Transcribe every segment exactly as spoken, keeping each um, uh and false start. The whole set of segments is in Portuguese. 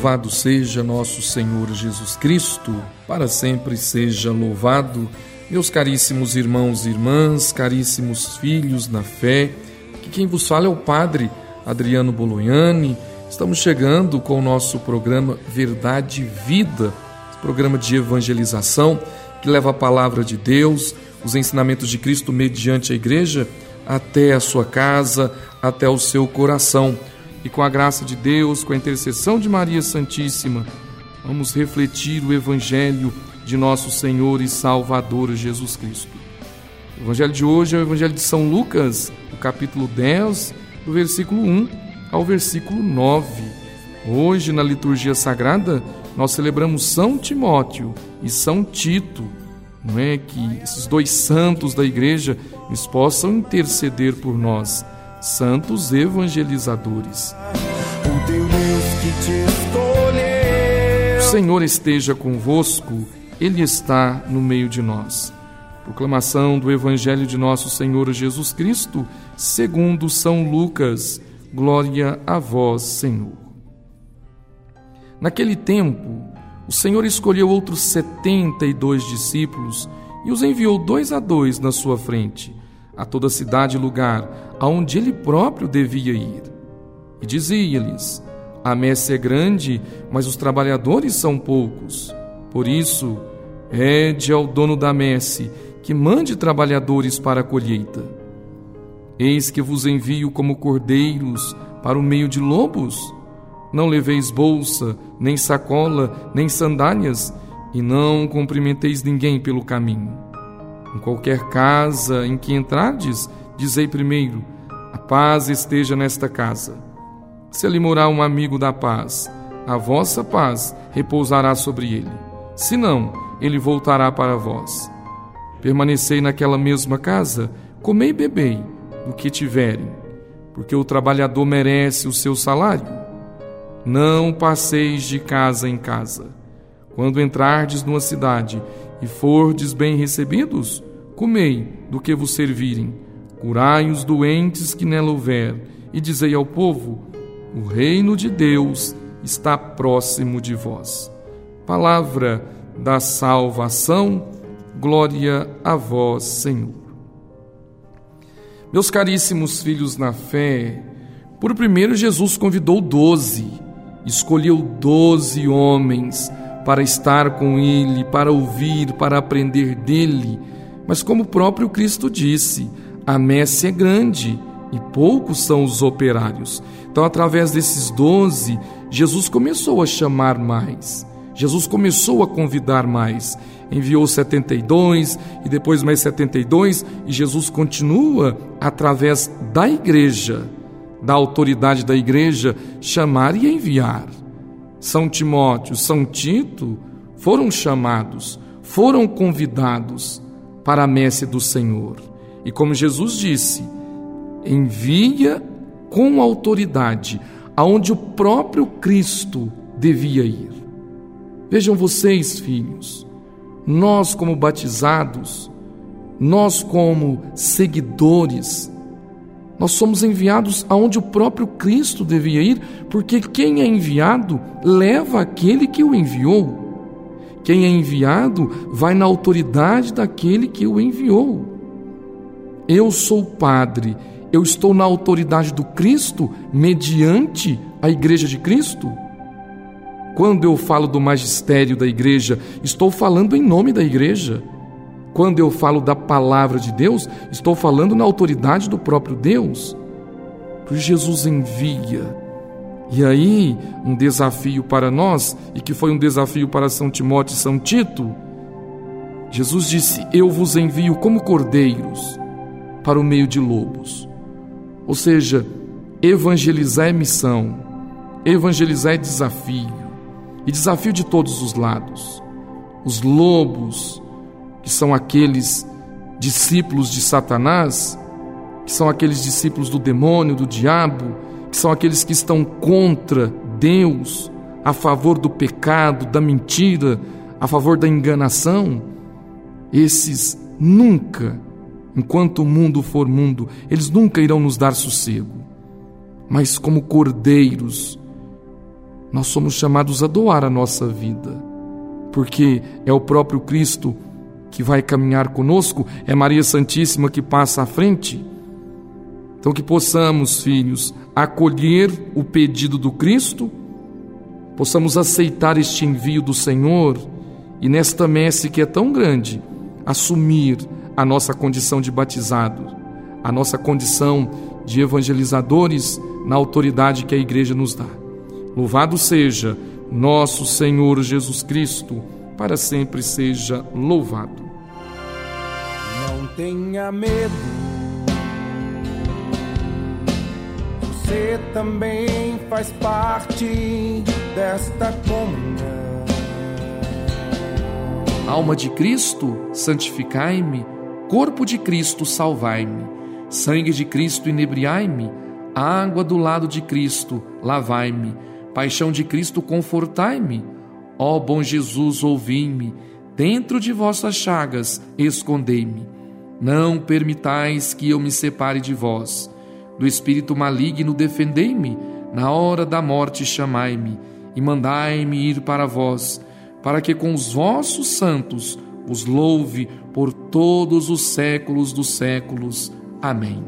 Louvado seja nosso Senhor Jesus Cristo, para sempre seja louvado. Meus caríssimos irmãos e irmãs, caríssimos filhos na fé, que quem vos fala é o Padre Adriano Bolognani. Estamos chegando com o nosso programa Verdade e Vida, programa de evangelização que leva a palavra de Deus, os ensinamentos de Cristo mediante a igreja, até a sua casa, até o seu coração. E com a graça de Deus, com a intercessão de Maria Santíssima, vamos refletir o Evangelho de nosso Senhor e Salvador Jesus Cristo. O Evangelho de hoje é o Evangelho de São Lucas, o capítulo dez, do versículo um ao versículo nove. Hoje, na liturgia sagrada, nós celebramos São Timóteo e São Tito. Não é que esses dois santos da igreja eles possam interceder por nós, santos evangelizadores. O Deus que te escolheu. O Senhor esteja convosco, Ele está no meio de nós. Proclamação do Evangelho de nosso Senhor Jesus Cristo, segundo São Lucas. Glória a vós, Senhor. Naquele tempo, o Senhor escolheu outros setenta e dois discípulos e os enviou dois a dois na sua frente, a toda cidade e lugar aonde ele próprio devia ir. E dizia-lhes: a messe é grande, mas os trabalhadores são poucos. Por isso, pede ao dono da messe que mande trabalhadores para a colheita. Eis que vos envio como cordeiros para o meio de lobos. Não leveis bolsa, nem sacola, nem sandálias, e não cumprimenteis ninguém pelo caminho. Em qualquer casa em que entrardes, dizei primeiro: a paz esteja nesta casa. Se ali morar um amigo da paz, a vossa paz repousará sobre ele. Se não, ele voltará para vós. Permanecei naquela mesma casa, comei e bebei do que tiverem, porque o trabalhador merece o seu salário. Não passeis de casa em casa. Quando entrardes numa cidade e fordes bem recebidos, comei do que vos servirem, curai os doentes que nela houver, e dizei ao povo: o reino de Deus está próximo de vós. Palavra da salvação, glória a vós, Senhor. Meus caríssimos filhos na fé, por primeiro Jesus convidou doze, escolheu doze homens para estar com ele, para ouvir, para aprender dele. Mas como o próprio Cristo disse, a messe é grande e poucos são os operários. Então, através desses doze, Jesus começou a chamar mais. Jesus começou a convidar mais. Enviou setenta e dois e depois mais setenta e dois, e Jesus continua, através da igreja, da autoridade da igreja, chamar e enviar. São Timóteo, São Tito foram chamados, foram convidados para a messe do Senhor. E como Jesus disse, envia com autoridade, aonde o próprio Cristo devia ir. Vejam vocês, filhos, nós como batizados, nós como seguidores, nós somos enviados aonde o próprio Cristo devia ir, porque quem é enviado leva aquele que o enviou. Quem é enviado vai na autoridade daquele que o enviou. Eu sou padre, eu estou na autoridade do Cristo mediante a Igreja de Cristo. Quando eu falo do magistério da igreja, estou falando em nome da igreja. Quando eu falo da palavra de Deus, estou falando na autoridade do próprio Deus. Porque Jesus envia. E aí, um desafio para nós, e que foi um desafio para São Timóteo e São Tito, Jesus disse: eu vos envio como cordeiros para o meio de lobos. Ou seja, evangelizar é missão, evangelizar é desafio. E desafio de todos os lados. Os lobos, que são aqueles discípulos de Satanás, que são aqueles discípulos do demônio, do diabo, que são aqueles que estão contra Deus, a favor do pecado, da mentira, a favor da enganação. Esses nunca, enquanto o mundo for mundo, eles nunca irão nos dar sossego. Mas como cordeiros, nós somos chamados a doar a nossa vida, porque é o próprio Cristo que vai caminhar conosco, é Maria Santíssima que passa à frente. Então que possamos, filhos, acolher o pedido do Cristo, possamos aceitar este envio do Senhor e nesta messe que é tão grande, assumir a nossa condição de batizado, a nossa condição de evangelizadores na autoridade que a Igreja nos dá. Louvado seja nosso Senhor Jesus Cristo, para sempre seja louvado. Não tenha medo, você também faz parte desta comunhão. Alma de Cristo, santificai-me, corpo de Cristo, salvai-me, sangue de Cristo, inebriai-me, água do lado de Cristo, lavai-me, paixão de Cristo, confortai-me, ó bom Jesus, ouvi-me, dentro de vossas chagas, escondei-me. Não permitais que eu me separe de vós, do espírito maligno defendei-me, na hora da morte chamai-me, e mandai-me ir para vós, para que com os vossos santos os louve por todos os séculos dos séculos. Amém.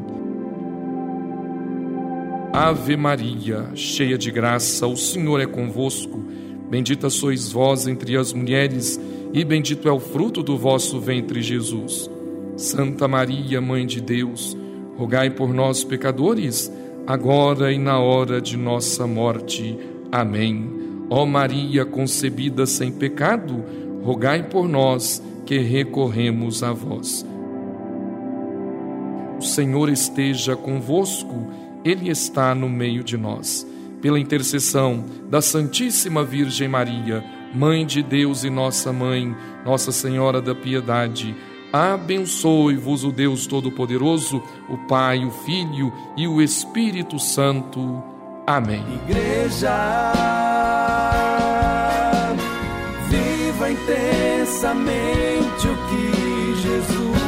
Ave Maria, cheia de graça, o Senhor é convosco. Bendita sois vós entre as mulheres, e bendito é o fruto do vosso ventre, Jesus. Santa Maria, Mãe de Deus, rogai por nós, pecadores, agora e na hora de nossa morte. Amém. Ó Maria concebida sem pecado, rogai por nós que recorremos a vós. O Senhor esteja convosco, Ele está no meio de nós. Pela intercessão da Santíssima Virgem Maria, Mãe de Deus e nossa Mãe, Nossa Senhora da Piedade, abençoe-vos o Deus Todo-Poderoso, o Pai, o Filho e o Espírito Santo. Amém. Igreja, viva intensamente o que Jesus